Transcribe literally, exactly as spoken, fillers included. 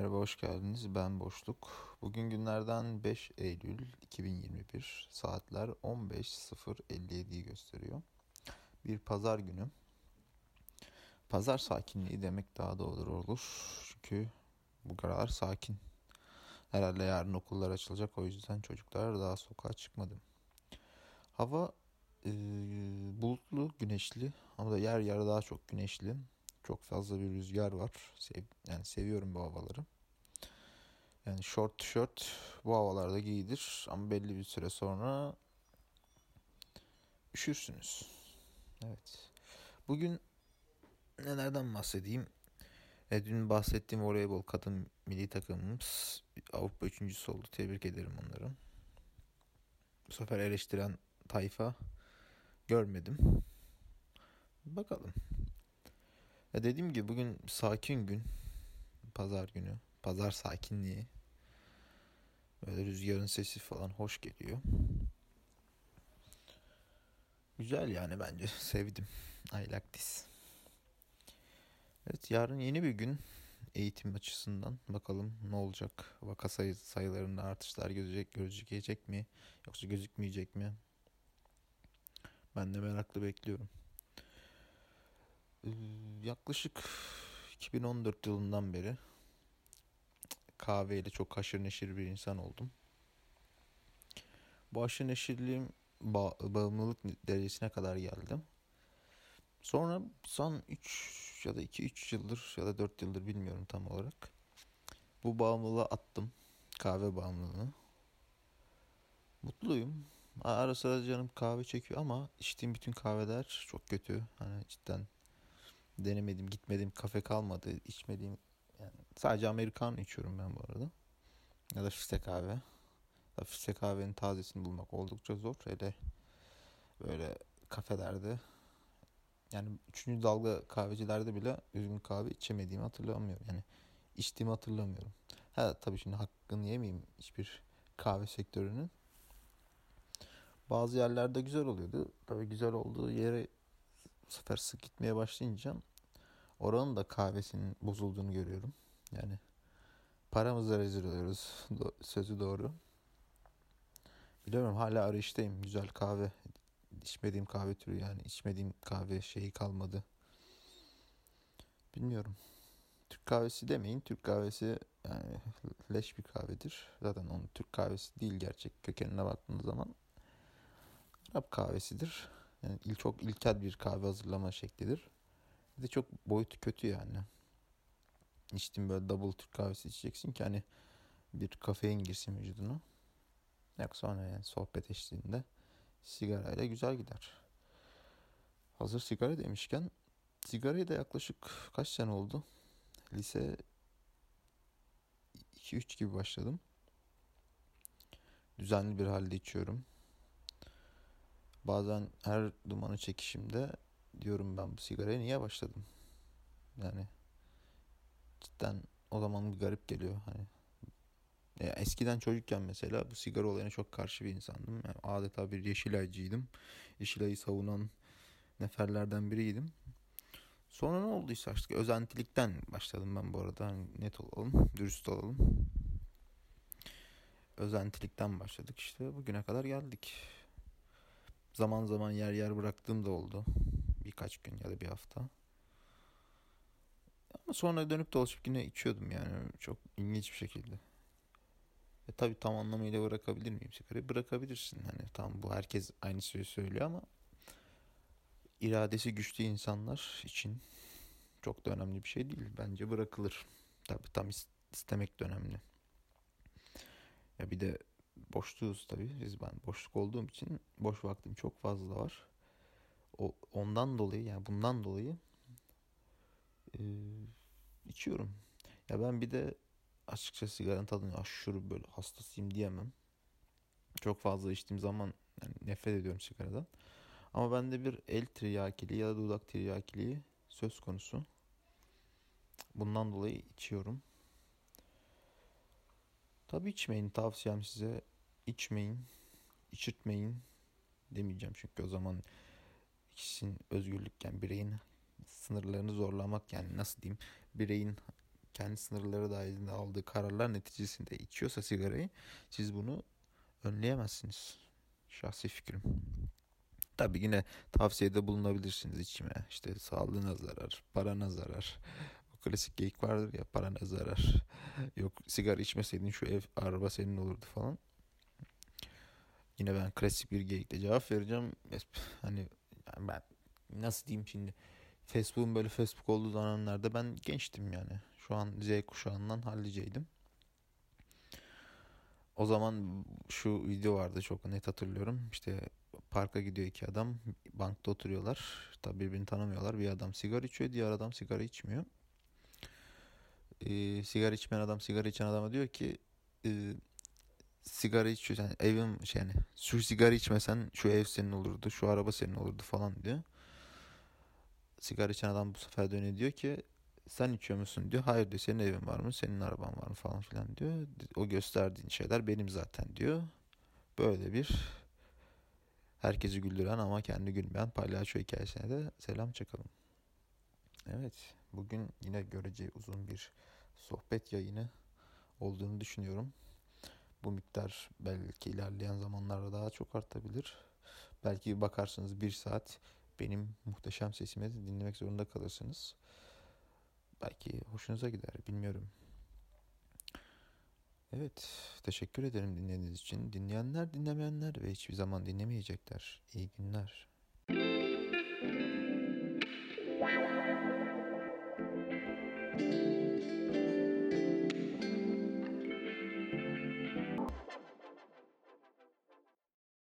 Merhaba, hoş geldiniz. Ben Boşluk. Bugün günlerden beş Eylül iki bin yirmi bir. Saatler on beş sıfır elli yediyi gösteriyor. Bir pazar günü. Pazar sakinliği demek daha doğru olur. Çünkü bu kadar sakin. Herhalde yarın okullar açılacak. O yüzden çocuklar daha sokağa çıkmadı. Hava e, bulutlu, güneşli. Ama da yer yer daha çok güneşli. Çok fazla bir rüzgar var. Sev, yani seviyorum bu havaları. Yani short tişört bu havalarda giyilir ama belli bir süre sonra üşürsünüz. Evet. Bugün nelerden bahsedeyim? E, dün bahsettiğim voleybol kadın milli takımımız Avrupa üçüncüsü oldu. Tebrik ederim onları. Bu sefer eleştiren tayfa görmedim. Bakalım. Ya dediğim gibi bugün sakin gün. Pazar günü. Pazar sakinliği. Böyle rüzgarın sesi falan hoş geliyor. Güzel yani bence. Sevdim. I like this. Evet, yarın yeni bir gün eğitim açısından. Bakalım ne olacak? Vaka sayı, sayılarında artışlar gözecek, gözükecek mi? Yoksa gözükmeyecek mi? Ben de meraklı bekliyorum. Ee, yaklaşık iki bin on dört yılından beri kahveyle çok haşır neşir bir insan oldum. Bu haşır neşirliğim ba- bağımlılık derecesine kadar geldim. Sonra son üç ya da iki üç yıldır ya da dört yıldır bilmiyorum tam olarak. Bu bağımlılığı attım. Kahve bağımlılığını. Mutluyum. Ara sıra canım kahve çekiyor ama içtiğim bütün kahveler çok kötü. Hani cidden denemedim, gitmedim, kafe kalmadı, içmediğim yani sadece Americano içiyorum ben bu arada. Ya da filtre kahve. Ya filtre kahvenin tazesini bulmak oldukça zor. Hele böyle kafelerde yani üçüncü dalga kahvecilerde bile üzgün kahve içemediğimi hatırlamıyorum. Yani içtiğimi hatırlamıyorum. Ha tabii şimdi hakkını yemeyeyim hiçbir kahve sektörünün. Bazı yerlerde güzel oluyordu. Tabii güzel olduğu yere bu sefer sık gitmeye başlayınca oranın da kahvesinin bozulduğunu görüyorum. Yani paramızla rezil oluyoruz. Sözü doğru. Biliyorum hala arayıştayım. Güzel kahve. İçmediğim kahve türü yani. içmediğim kahve şeyi kalmadı. Bilmiyorum. Türk kahvesi demeyin. Türk kahvesi yani leş bir kahvedir. Zaten onun Türk kahvesi değil gerçek kökenine baktığınız zaman. Arap kahvesidir. Yani il çok ilkel bir kahve hazırlama şeklidir. Bir de çok boyutu kötü yani. İçtim böyle double Türk kahvesi içeceksin ki hani bir kafein girsin vücuduna. Yok sonra yani sohbet eşliğinde sigarayla güzel gider. Hazır sigara demişken sigarayı da yaklaşık kaç sene oldu? Lise iki üç gibi başladım. Düzenli bir halde içiyorum. Bazen her dumanı çekişimde diyorum ben bu sigaraya niye başladım? Yani cidden o zaman bir garip geliyor. Hani ya eskiden çocukken mesela bu sigara olayına çok karşı bir insandım. Yani adeta bir Yeşilaycıydım. Yeşilay'ı savunan neferlerden biriydim. Sonra ne olduysa artık özentilikten başladım ben bu arada. Hani net olalım, dürüst olalım. Özentilikten başladık işte bugüne kadar geldik. Zaman zaman yer yer bıraktığım da oldu. Birkaç gün ya da bir hafta. Ama sonra dönüp dolaşıp yine içiyordum yani çok ilginç bir şekilde. E tabii tam anlamıyla bırakabilir miyim sigarayı? Bırakabilirsin. Hani tam bu herkes aynı şeyi söylüyor ama iradesi güçlü insanlar için çok da önemli bir şey değil. Bence bırakılır. Tabii tam istemek de önemli. Ya bir de boşluğuz tabii. Biz ben boşluk olduğum için boş vaktim çok fazla var. O ondan dolayı yani bundan dolayı e, içiyorum. Ya ben bir de açıkçası sigaranın tadını aşırı böyle hastasıyım diyemem. Çok fazla içtiğim zaman yani nefret ediyorum sigaradan. Ama bende bir el tiryakiliği ya da dudak tiryakiliği söz konusu. Bundan dolayı içiyorum. Tabii içmeyin tavsiyem size. İçmeyin, içirtmeyin demeyeceğim çünkü o zaman kişinin özgürlük yani bireyin sınırlarını zorlamak yani nasıl diyeyim bireyin kendi sınırları dahilinde aldığı kararlar neticesinde içiyorsa sigarayı, siz bunu önleyemezsiniz. Şahsi fikrim. Tabii yine tavsiyede bulunabilirsiniz içime. İşte sağlığına zarar, parana zarar. O klasik geyik vardır ya, parana zarar. Yok sigara içmeseydin şu ev, araba senin olurdu falan. Yine ben klasik bir geyikle cevap vereceğim. Hani yani ben nasıl diyeyim şimdi. Facebook'un böyle Facebook olduğu zamanlarda ben gençtim yani. Şu an Z kuşağından halliceydim. O zaman şu video vardı, çok net hatırlıyorum. İşte parka gidiyor iki adam. Bankta oturuyorlar. Tabii birbirini tanımıyorlar. Bir adam sigara içiyor. Diğer adam sigara içmiyor. Ee, sigara içmeyen adam sigara içen adama diyor ki e, sigara içiyor. Yani evim şey yani şu sigara içmesen şu ev senin olurdu. Şu araba senin olurdu falan diyor. Sigara içen adam bu sefer dönüyor diyor ki sen içiyor musun diyor. Hayır diyor, senin evin var mı? Senin araban var mı falan filan diyor. O gösterdiğin şeyler benim zaten diyor. Böyle bir herkesi güldüren ama kendi gülmeyen palyaço hikayesine de selam çakalım. Evet, bugün yine görece uzun bir sohbet yayını olduğunu düşünüyorum. Bu miktar belki ilerleyen zamanlarda daha çok artabilir. Belki bakarsınız bir saat benim muhteşem sesimi dinlemek zorunda kalırsınız. Belki hoşunuza gider, bilmiyorum. Evet, teşekkür ederim dinlediğiniz için. Dinleyenler, dinlemeyenler ve hiçbir zaman dinlemeyecekler. İyi günler.